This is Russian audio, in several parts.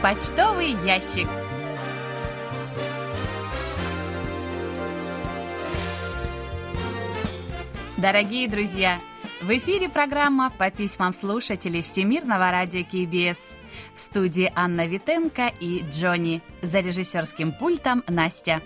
почтовый ящик. Дорогие друзья, в эфире программа по письмам слушателей Всемирного радио КБС. В студии Анна Витенко и Джонни. За режиссерским пультом Настя.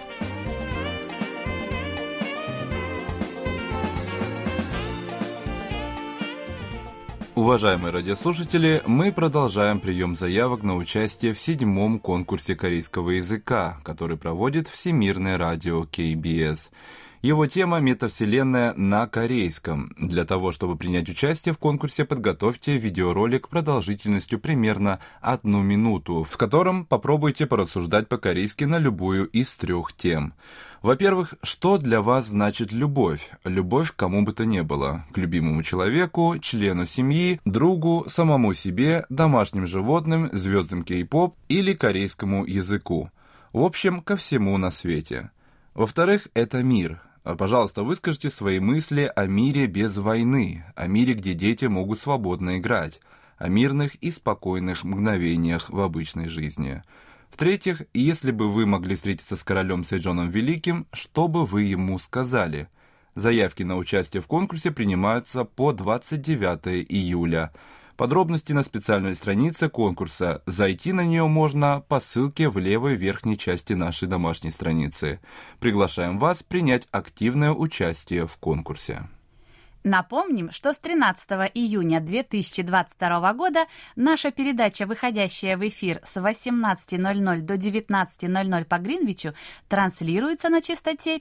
Уважаемые радиослушатели, мы продолжаем прием заявок на участие в 7-м конкурсе корейского языка, который проводит Всемирное радио КБС. Его тема «Метавселенная на корейском». Для того, чтобы принять участие в конкурсе, подготовьте видеоролик продолжительностью примерно 1 минуту, в котором попробуйте порассуждать по-корейски на любую из 3 тем. Во-первых, что для вас значит любовь? Любовь к кому бы то ни было. К любимому человеку, члену семьи, другу, самому себе, домашним животным, звездам кей-поп или корейскому языку. В общем, ко всему на свете. Во-вторых, это мир. Пожалуйста, выскажите свои мысли о мире без войны, о мире, где дети могут свободно играть, о мирных и спокойных мгновениях в обычной жизни. В-третьих, если бы вы могли встретиться с королем Сэджоном Великим, что бы вы ему сказали? Заявки на участие в конкурсе принимаются по 29 июля. Подробности на специальной странице конкурса. Зайти на нее можно по ссылке в левой верхней части нашей домашней страницы. Приглашаем вас принять активное участие в конкурсе. Напомним, что с 13 июня 2022 года наша передача, выходящая в эфир с 18:00 до 19:00 по Гринвичу, транслируется на частоте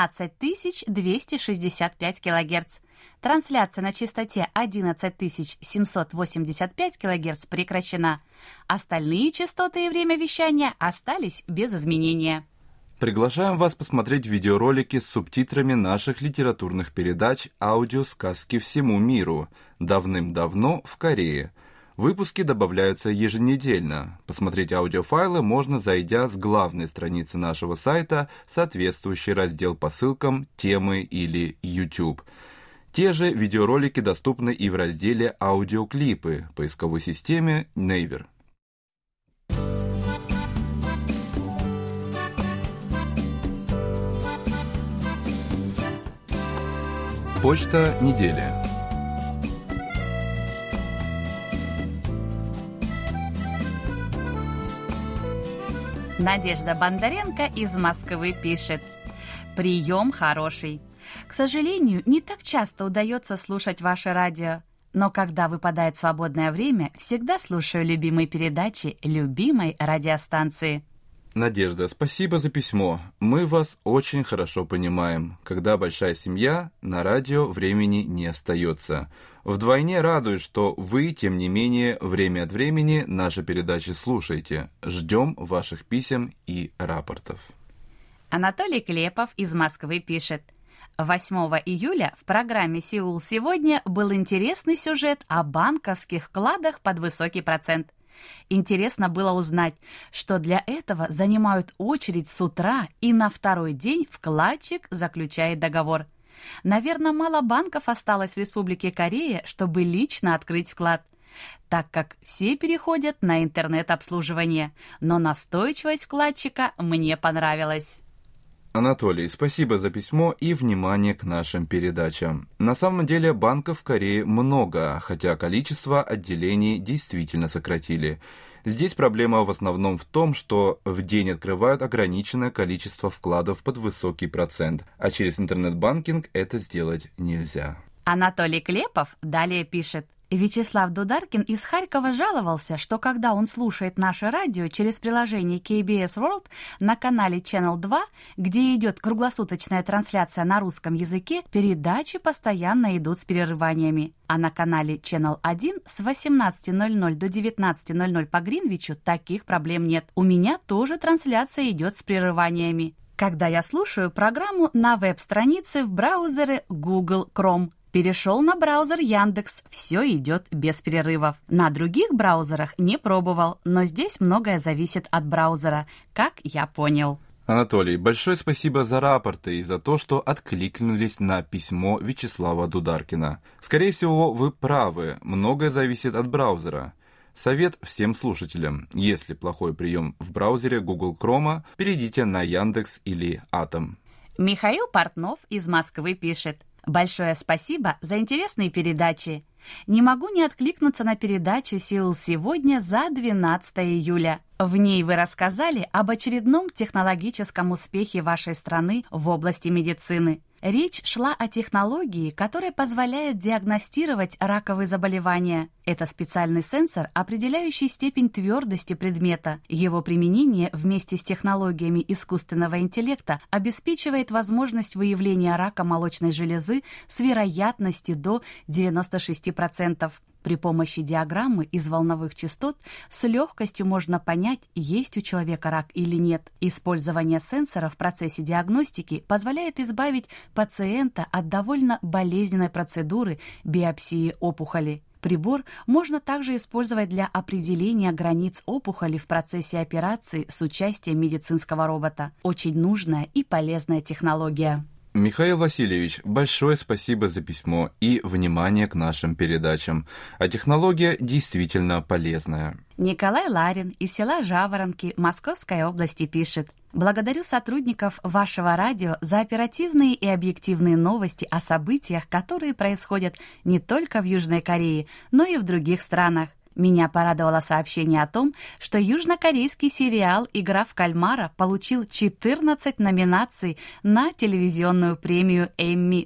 15265 кГц. Трансляция на частоте 11785 кГц прекращена. Остальные частоты и время вещания остались без изменения. Приглашаем вас посмотреть видеоролики с субтитрами наших литературных передач «Аудиосказки всему миру» «Давным-давно в Корее». Выпуски добавляются еженедельно. Посмотреть аудиофайлы можно, зайдя с главной страницы нашего сайта, соответствующий раздел по ссылкам, темы или YouTube. Те же видеоролики доступны и в разделе «Аудиоклипы» поисковой системе Naver. Почта недели. Надежда Бондаренко из Москвы пишет: «Прием хороший. К сожалению, не так часто удается слушать ваше радио, но когда выпадает свободное время, всегда слушаю любимые передачи любимой радиостанции». Надежда, спасибо за письмо. Мы вас очень хорошо понимаем. Когда большая семья, на радио времени не остается. Вдвойне радует, что вы, тем не менее, время от времени наши передачи слушаете. Ждем ваших писем и рапортов. Анатолий Клепов из Москвы пишет: 8 июля в программе «Сеул сегодня» был интересный сюжет о банковских вкладах под высокий процент. Интересно было узнать, что для этого занимают очередь с утра, и на второй день вкладчик заключает договор. Наверное, мало банков осталось в Республике Корея, чтобы лично открыть вклад, так как все переходят на интернет-обслуживание. Но настойчивость вкладчика мне понравилась. Анатолий, спасибо за письмо и внимание к нашим передачам. На самом деле банков в Корее много, хотя количество отделений действительно сократили. Здесь проблема в основном в том, что в день открывают ограниченное количество вкладов под высокий процент, а через интернет-банкинг это сделать нельзя. Анатолий Клепов далее пишет: Вячеслав Дударкин из Харькова жаловался, что когда он слушает наше радио через приложение KBS World на канале Channel 2, где идет круглосуточная трансляция на русском языке, передачи постоянно идут с перерываниями. А на канале Channel 1 с 18:00 до 19:00 по Гринвичу таких проблем нет. У меня тоже трансляция идет с прерываниями. Когда я слушаю программу на веб-странице в браузере Google Chrome, перешел на браузер Яндекс, все идет без перерывов. На других браузерах не пробовал, но здесь многое зависит от браузера, как я понял. Анатолий, большое спасибо за рапорты и за то, что откликнулись на письмо Вячеслава Дударкина. Скорее всего, вы правы, многое зависит от браузера. Совет всем слушателям. Если плохой прием в браузере Google Chrome, перейдите на Яндекс или Атом. Михаил Портнов из Москвы пишет: «Большое спасибо за интересные передачи. Не могу не откликнуться на передачу «Сеул сегодня» за 12 июля. В ней вы рассказали об очередном технологическом успехе вашей страны в области медицины. Речь шла о технологии, которая позволяет диагностировать раковые заболевания. Это специальный сенсор, определяющий степень твердости предмета. Его применение вместе с технологиями искусственного интеллекта обеспечивает возможность выявления рака молочной железы с вероятностью до 96%. При помощи диаграммы из волновых частот с легкостью можно понять, есть у человека рак или нет. Использование сенсора в процессе диагностики позволяет избавить пациента от довольно болезненной процедуры биопсии опухоли. Прибор можно также использовать для определения границ опухоли в процессе операции с участием медицинского робота. Очень нужная и полезная технология. Михаил Васильевич, большое спасибо за письмо и внимание к нашим передачам. А технология действительно полезная. Николай Ларин из села Жаворонки Московской области пишет: «Благодарю сотрудников вашего радио за оперативные и объективные новости о событиях, которые происходят не только в Южной Корее, но и в других странах. Меня порадовало сообщение о том, что южнокорейский сериал «Игра в кальмара» получил 14 номинаций на телевизионную премию Эмми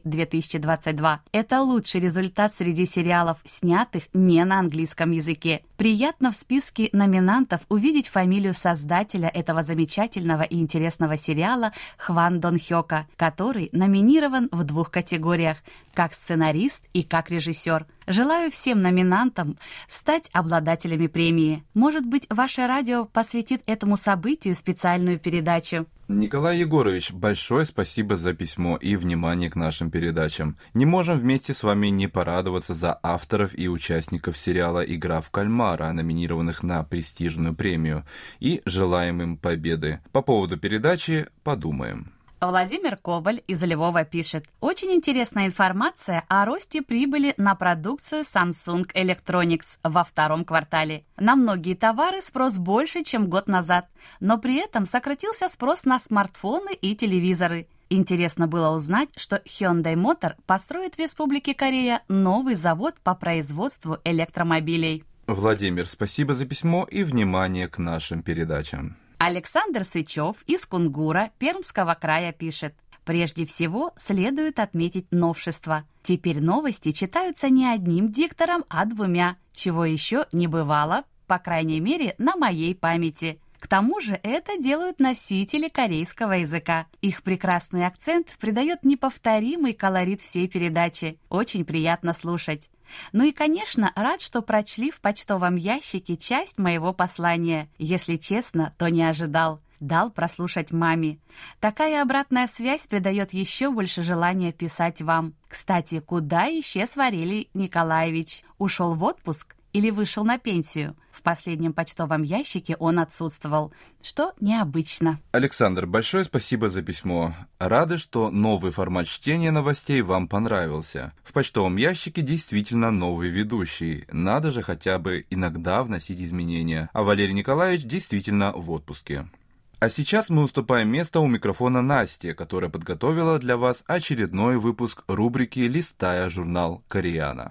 2022. Это лучший результат среди сериалов, снятых не на английском языке. Приятно в списке номинантов увидеть фамилию создателя этого замечательного и интересного сериала Хван Дон Хёка, который номинирован в 2 категориях – как сценарист и как режиссер. Желаю всем номинантам стать обладателями премии. Может быть, ваше радио посвятит этому событию специальную передачу». Николай Егорович, большое спасибо за письмо и внимание к нашим передачам. Не можем вместе с вами не порадоваться за авторов и участников сериала «Игра в кальмара», номинированных на престижную премию, и желаем им победы. По поводу передачи подумаем. Владимир Коваль из Львова пишет: «Очень интересная информация о росте прибыли на продукцию Samsung Electronics во 2 квартале. На многие товары спрос больше, чем год назад, но при этом сократился спрос на смартфоны и телевизоры. Интересно было узнать, что Hyundai Motor построит в Республике Корея новый завод по производству электромобилей». Владимир, спасибо за письмо и внимание к нашим передачам. Александр Сычев из Кунгура Пермского края пишет: «Прежде всего, следует отметить новшество. Теперь новости читаются не одним диктором, а 2, чего еще не бывало, по крайней мере, на моей памяти. К тому же это делают носители корейского языка. Их прекрасный акцент придает неповторимый колорит всей передачи. Очень приятно слушать. Ну и, конечно, рад, что прочли в почтовом ящике часть моего послания. Если честно, то не ожидал. Дал прослушать маме. Такая обратная связь придает еще больше желания писать вам. Кстати, куда исчез Варелий Николаевич? Ушел в отпуск или вышел на пенсию? В последнем почтовом ящике он отсутствовал, что необычно». Александр, большое спасибо за письмо. Рады, что новый формат чтения новостей вам понравился. В почтовом ящике действительно новый ведущий. Надо же хотя бы иногда вносить изменения. А Валерий Николаевич действительно в отпуске. А сейчас мы уступаем место у микрофона Насте, которая подготовила для вас очередной выпуск рубрики «Листая журнал Кореяна».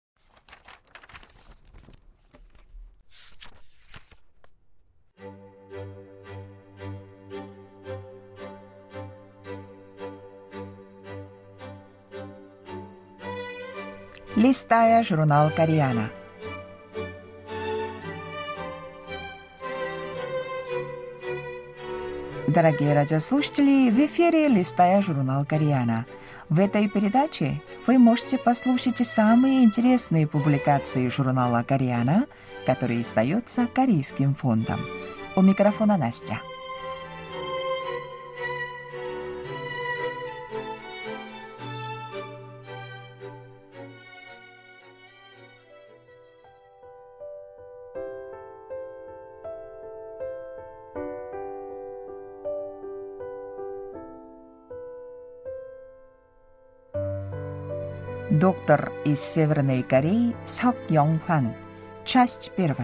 Листая журнал Кореяна. Дорогие радиослушатели, в эфире «Листая журнал Кореяна». В этой передаче вы можете послушать самые интересные публикации журнала Кореяна, который издается Корейским фондом. У микрофона Настя. Доктор из Северной Кореи Сок Йонг Хван Часть 1.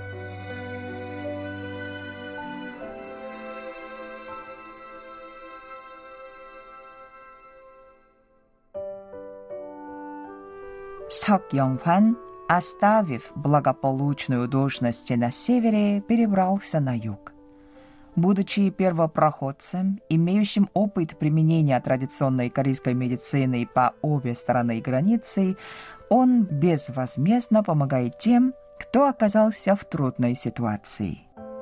Сок Йонг-хван, оставив благополучную должность на севере, перебрался на юг. Будучи первопроходцем, имеющим опыт применения традиционной корейской медицины по обе стороны границы, он безвозмездно помогает тем, кто оказался в трудной ситуации.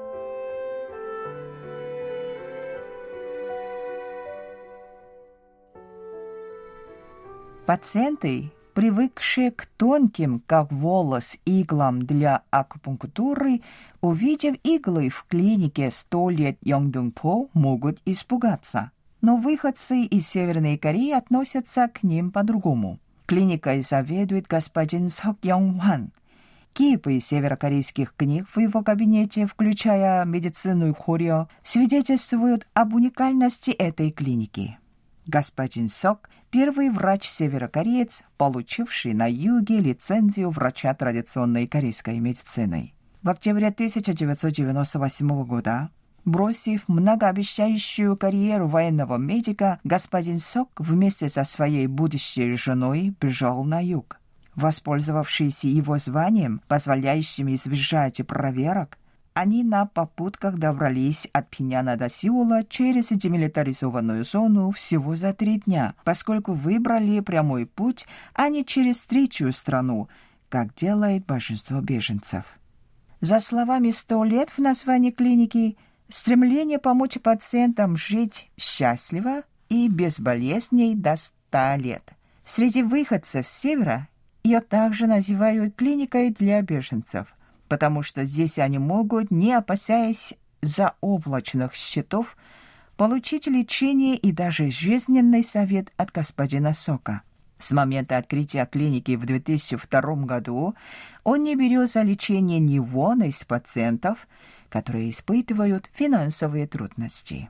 Пациенты, привыкшие к тонким, как волос, иглам для акупунктуры, увидев иглы в клинике 100 лет Йонгдунпо, могут испугаться. Но выходцы из Северной Кореи относятся к ним по-другому. Клиникой заведует господин Сок Йонг-хван. Кипы северокорейских книг в его кабинете, включая медицину и хорё, свидетельствуют об уникальности этой клиники. Господин Сок – первый врач-северокореец, получивший на юге лицензию врача традиционной корейской медицины. В октябре 1998 года, бросив многообещающую карьеру военного медика, господин Сок вместе со своей будущей женой бежал на юг. Воспользовавшись его званием, позволяющим избежать проверок, они на попутках добрались от Пиняна до Сеула через демилитаризованную зону всего за 3 дня, поскольку выбрали прямой путь, а не через третью страну, как делает большинство беженцев. За словами 100 лет в названии клиники, стремление помочь пациентам жить счастливо и без болезней до 100 лет. Среди выходцев с севера ее также называют клиникой для беженцев, потому что здесь они могут, не опасаясь заоблачных счетов, получить лечение и даже жизненный совет от господина Сока. С момента открытия клиники в 2002 году он не берет за лечение ни вон из пациентов, которые испытывают финансовые трудности.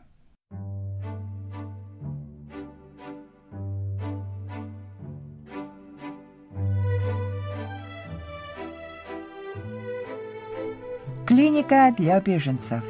Клиника для беженцев.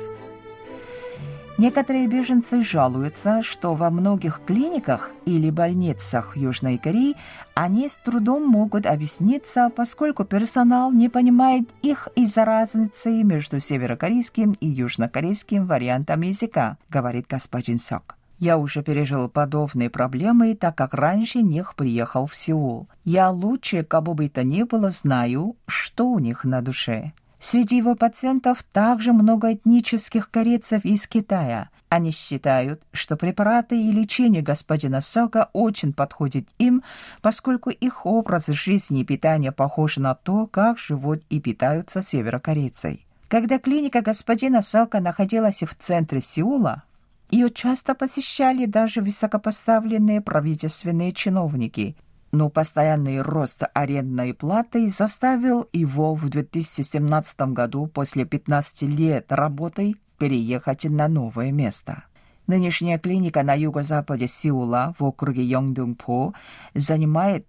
Некоторые беженцы жалуются, что во многих клиниках или больницах Южной Кореи они с трудом могут объясниться, поскольку персонал не понимает их из-за разницы между северокорейским и южнокорейским вариантом языка, говорит господин Сок. Я уже пережил подобные проблемы, так как раньше них приехал в Сеул. Я лучше, кого бы то ни было, знаю, что у них на душе. Среди его пациентов также много этнических корейцев из Китая. Они считают, что препараты и лечение господина Сока очень подходят им, поскольку их образ жизни и питания похож на то, как живут и питаются северокорейцы. Когда клиника господина Сока находилась в центре Сеула, ее часто посещали даже высокопоставленные правительственные чиновники. Но постоянный рост арендной платы заставил его в 2017 году после 15 лет работы переехать на новое место. Нынешняя клиника на юго-западе Сеула в округе Йонгдунпо занимает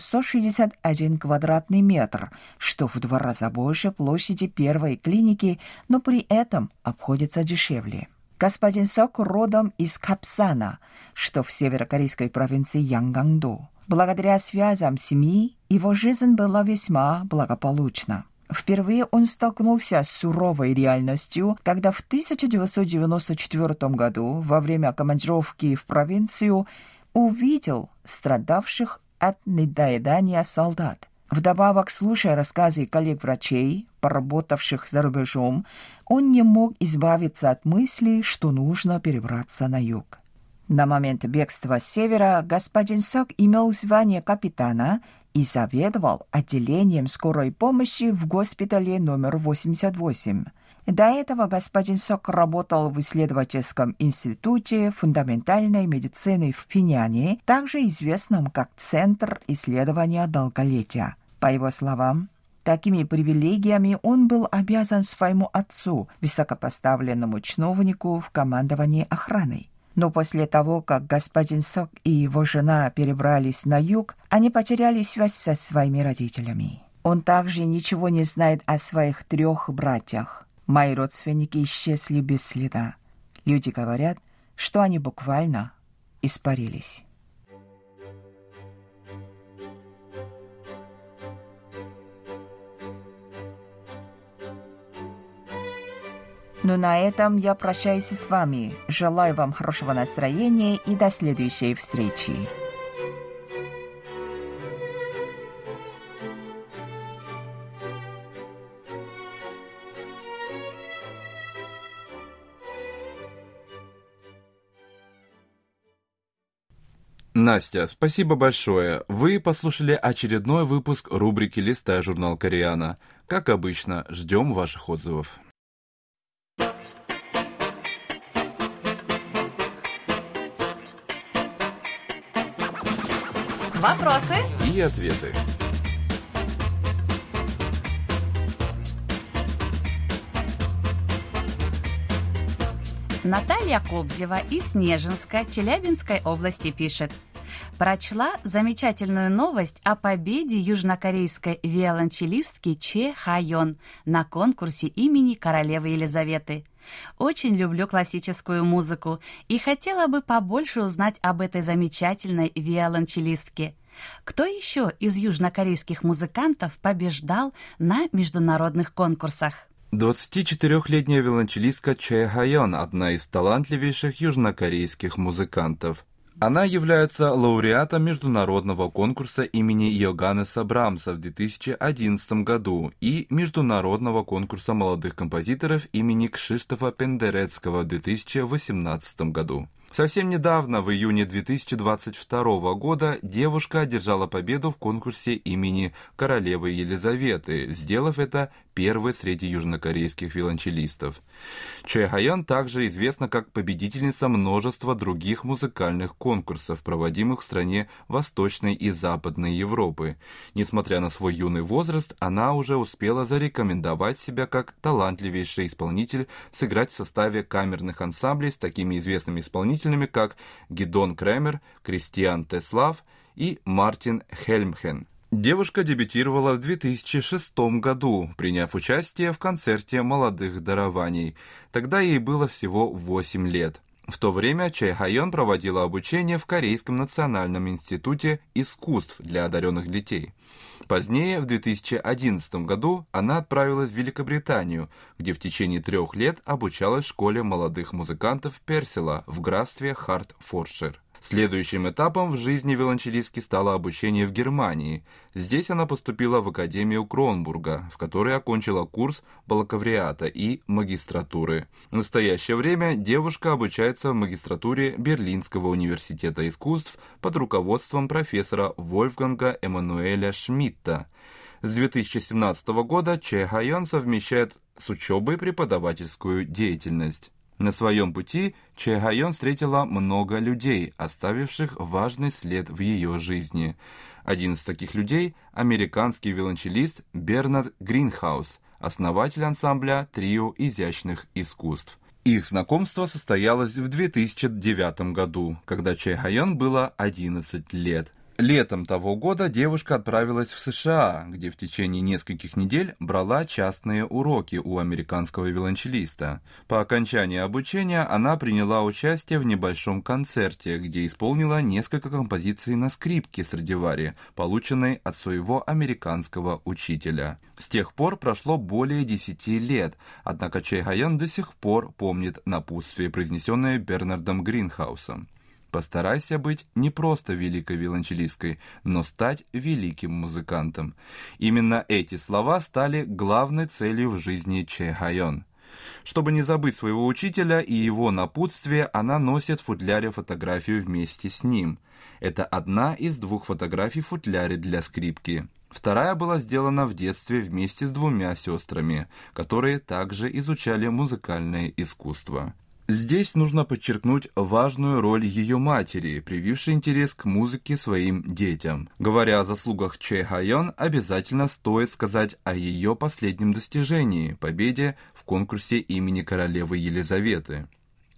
661 квадратный метр, что в 2 раза больше площади первой клиники, но при этом обходится дешевле. Господин Сок родом из Капсана, что в северокорейской провинции Янгангдо. Благодаря связям семьи его жизнь была весьма благополучна. Впервые он столкнулся с суровой реальностью, когда в 1994 году во время командировки в провинцию увидел страдавших от недоедания солдат. Вдобавок, слушая рассказы коллег-врачей, поработавших за рубежом, он не мог избавиться от мысли, что нужно перебраться на юг. На момент бегства с севера господин Сок имел звание капитана и заведовал отделением скорой помощи в госпитале номер 88. До этого господин Сок работал в исследовательском институте фундаментальной медицины в Пиняне, также известном как Центр исследования долголетия. По его словам, такими привилегиями он был обязан своему отцу, высокопоставленному чиновнику в командовании охраны. Но после того, как господин Сок и его жена перебрались на юг, они потеряли связь со своими родителями. Он также ничего не знает о своих 3 братьях. Мои родственники исчезли без следа. Люди говорят, что они буквально испарились. Ну, на этом я прощаюсь с вами. Желаю вам хорошего настроения и до следующей встречи. Настя, спасибо большое. Вы послушали очередной выпуск рубрики «Листая журнал Кореяна». Как обычно, ждем ваших отзывов. Вопросы и ответы. Наталья Кобзева из Снежинска, Челябинской области пишет. Прочла замечательную новость о победе южнокорейской виолончелистки Че Хайон на конкурсе имени королевы Елизаветы. Очень люблю классическую музыку и хотела бы побольше узнать об этой замечательной виолончелистке. Кто еще из южнокорейских музыкантов побеждал на международных конкурсах? 24-летняя виолончелистка Че Хайон – одна из талантливейших южнокорейских музыкантов. Она является лауреатом международного конкурса имени Йоганнеса Брамса в 2011 году и международного конкурса молодых композиторов имени Кшиштофа Пендерецкого в 2018 году. Совсем недавно, в июне 2022 года, девушка одержала победу в конкурсе имени королевы Елизаветы, сделав это первой среди южнокорейских виолончелистов. Че Хайон также известна как победительница множества других музыкальных конкурсов, проводимых в стране Восточной и Западной Европы. Несмотря на свой юный возраст, она уже успела зарекомендовать себя как талантливейший исполнитель, сыграть в составе камерных ансамблей с такими известными исполнителями, как Гидон Кремер, Кристиан Теслав и Мартин Хельмхен. Девушка дебютировала в 2006 году, приняв участие в концерте молодых дарований. Тогда ей было всего 8 лет. В то время Че Хайон проводила обучение в Корейском национальном институте искусств для одаренных детей. Позднее, в 2011 году, она отправилась в Великобританию, где в течение 3 лет обучалась в школе молодых музыкантов Персила в графстве Хартфордшир. Следующим этапом в жизни виолончелистки стало обучение в Германии. Здесь она поступила в Академию Кронбурга, в которой окончила курс бакалавриата и магистратуры. В настоящее время девушка обучается в магистратуре Берлинского университета искусств под руководством профессора Вольфганга Эммануэля Шмидта. С 2017 года Че Хайон совмещает с учебой преподавательскую деятельность. На своем пути Че Хайон встретила много людей, оставивших важный след в ее жизни. Один из таких людей – американский виолончелист Бернард Гринхаус, основатель ансамбля «Трио изящных искусств». Их знакомство состоялось в 2009 году, когда Че Хайон было 11 лет. Летом того года девушка отправилась в США, где в течение нескольких недель брала частные уроки у американского виолончелиста. По окончании обучения она приняла участие в небольшом концерте, где исполнила несколько композиций на скрипке Страдивари, полученной от своего американского учителя. С тех пор прошло более 10 лет, однако Че Хайон до сих пор помнит напутствие, произнесенное Бернардом Гринхаусом. Постарайся быть не просто великой виолончелисткой, но стать великим музыкантом. Именно эти слова стали главной целью в жизни Че Хайон. Чтобы не забыть своего учителя и его напутствие, она носит в футляре фотографию вместе с ним. Это одна из 2 фотографий в футляре для скрипки. Вторая была сделана в детстве вместе с 2 сестрами, которые также изучали музыкальное искусство. Здесь нужно подчеркнуть важную роль ее матери, привившей интерес к музыке своим детям. Говоря о заслугах Че Хайон, обязательно стоит сказать о ее последнем достижении – победе в конкурсе имени королевы Елизаветы.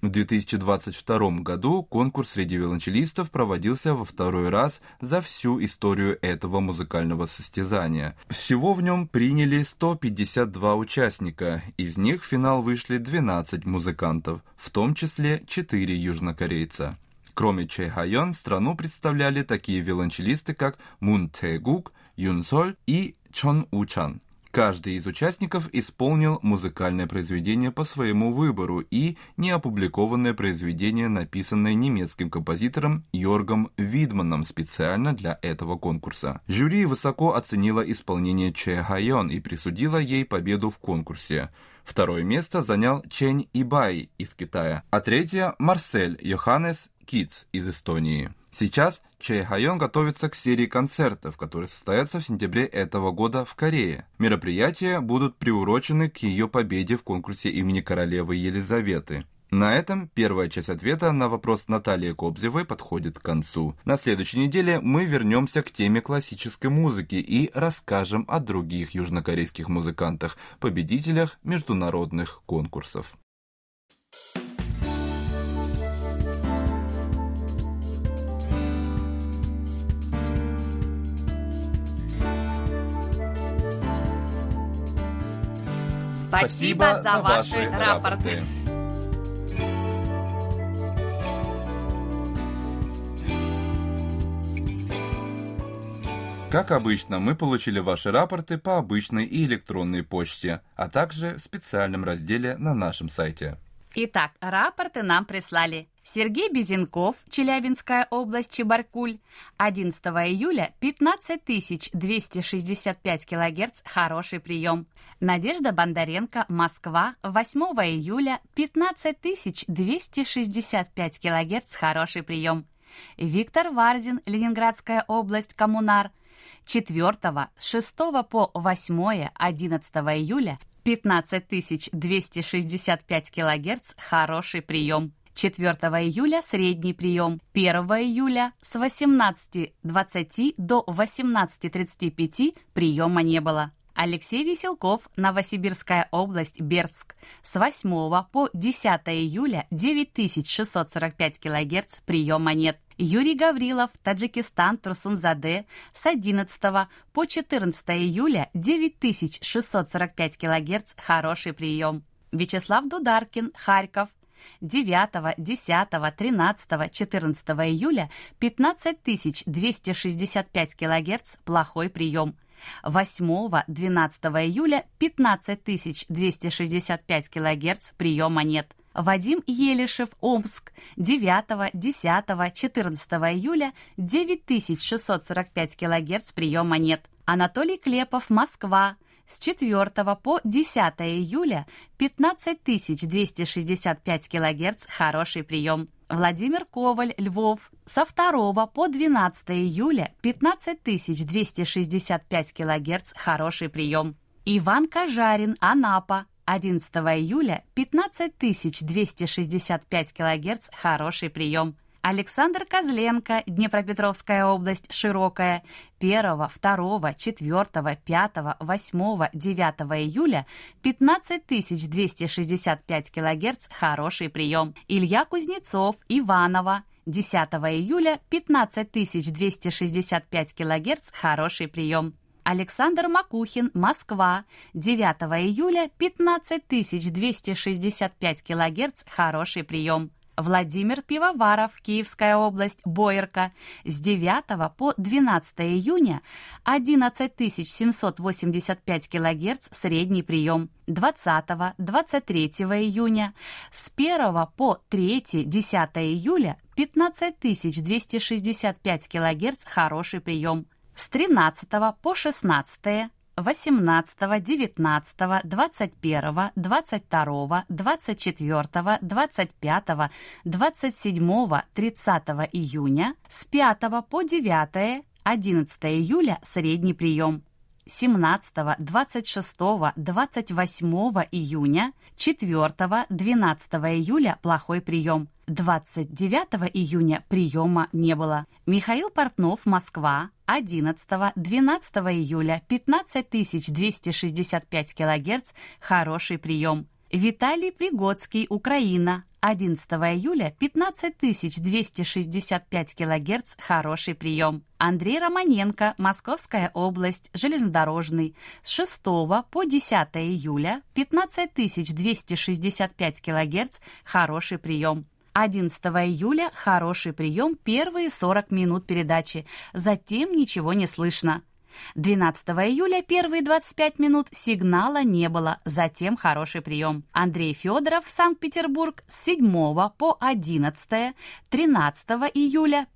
В 2022 году конкурс среди виолончелистов проводился во второй раз за всю историю этого музыкального состязания. Всего в нем приняли 152 участника, из них в финал вышли 12 музыкантов, в том числе 4 южнокорейца. Кроме Чэ Хайон, страну представляли такие виолончелисты, как Мун Тэ-гук, Юн Соль и Чон У-чан. Каждый из участников исполнил музыкальное произведение по своему выбору и неопубликованное произведение, написанное немецким композитором Йоргом Видманом специально для этого конкурса. Жюри высоко оценило исполнение Чэ Хайон и присудило ей победу в конкурсе. Второе место занял Чэнь Ибай из Китая, а третье – Марсель Йоханнес Китц из Эстонии. Сейчас Чэ Хайон готовится к серии концертов, которые состоятся в сентябре этого года в Корее. Мероприятия будут приурочены к ее победе в конкурсе имени королевы Елизаветы. На этом первая часть ответа на вопрос Натальи Кобзевой подходит к концу. На следующей неделе мы вернемся к теме классической музыки и расскажем о других южнокорейских музыкантах, победителях международных конкурсов. Спасибо за ваши рапорты. Как обычно, мы получили ваши рапорты по обычной и электронной почте, а также в специальном разделе на нашем сайте. Итак, рапорты нам прислали Сергей Безенков, Челябинская область, Чебаркуль, 11 июля 15265 кГц, хороший прием. Надежда Бондаренко, Москва, 8 июля 15265 кГц, хороший прием. Виктор Варзин, Ленинградская область, Коммунар, 4, с 6 по 8, 11 июля 15265 кГц, хороший прием. 4 июля средний прием. 1 июля с 18:20 до 18:35 приема не было. Алексей Веселков, Новосибирская область, Бердск, с 8 по 10 июля 9645 кГц, приема нет. Юрий Гаврилов, Таджикистан, Турсунзаде, с 11 по 14 июля 9645 кГц, хороший прием. Вячеслав Дударкин, Харьков, 9, 10, 13, 14 июля 15265 кГц, плохой прием. 8, 12 июля 15265 кГц, приема нет. Вадим Елишев, Омск, 9, 10, 14 июля 9645 кГц, приема нет. Анатолий Клепов, Москва, с 4 по 10 июля 15265 кГц, хороший прием. Владимир Коваль, Львов, со 2 по 12 июля 15265 кГц, хороший прием. Иван Кажарин, Анапа, 11 июля 15265 кГц, хороший прием. Александр Козленко, Днепропетровская область, Широкая, 1, 2, 4, 5, 8, 9 июля 15265 кГц, хороший прием. Илья Кузнецов, Иваново, 10 июля 15265 кГц, хороший прием. Александр Макухин, Москва, 9 июля 15265 кГц, хороший прием. Владимир Пивоваров, Киевская область, Боярка, с 9 по 12 июня 11785 кГц, средний прием. 20, 23 июня, с 1 по 3, 10 июля 15265 кГц, хороший прием. С 13 по 16, 18, 19, 21, 22, 24, 25, 27, 30 июня, с 5 по 9, 11 июля средний прием. 17, 26, 28 июня, 4, 12 июля плохой прием. 29 июня приема не было. Михаил Портнов, Москва, 11, 12 июля 15265 кГц, хороший прием. Виталий Пригодский, Украина. 11 июля 15265 кГц, хороший прием. Андрей Романенко, Московская область, железнодорожный. С 6 по 10 июля 15265 кГц, хороший прием. 11 июля хороший прием первые 40 минут передачи, затем ничего не слышно. 12 июля первые 25 минут сигнала не было, затем хороший прием. Андрей Федоров, Санкт-Петербург, с 7 по 11, 13 июля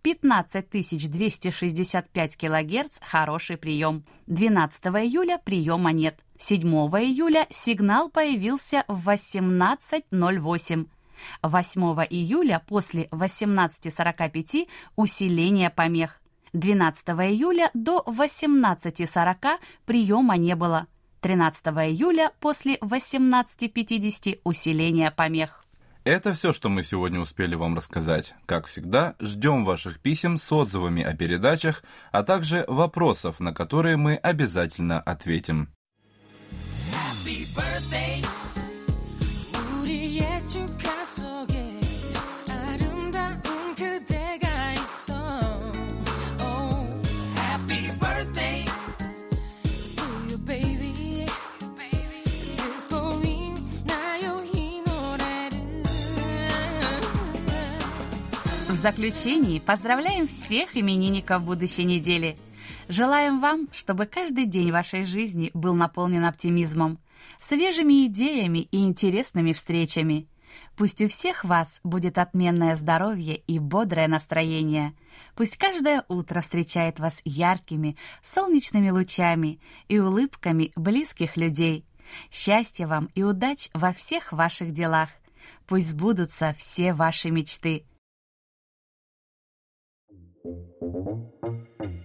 15265 кГц, хороший прием. 12 июля приема нет. 7 июля сигнал появился в 18:08. 8 июля после 18:45 усиление помех. 12 июля до 18:40 приема не было. 13 июля после 18:50 усиление помех. Это все, что мы сегодня успели вам рассказать. Как всегда, ждем ваших писем с отзывами о передачах, а также вопросов, на которые мы обязательно ответим. Happy birthday. 우리의 축하 속에 아름다운 그대가 있어. Oh, happy birthday to you, baby. 듣고 있나요 이 노래를. В заключении поздравляем всех именинников будущей недели. Желаем вам, чтобы каждый день вашей жизни был наполнен оптимизмом, свежими идеями и интересными встречами. Пусть у всех вас будет отменное здоровье и бодрое настроение. Пусть каждое утро встречает вас яркими, солнечными лучами и улыбками близких людей. Счастья вам и удач во всех ваших делах. Пусть сбудутся все ваши мечты.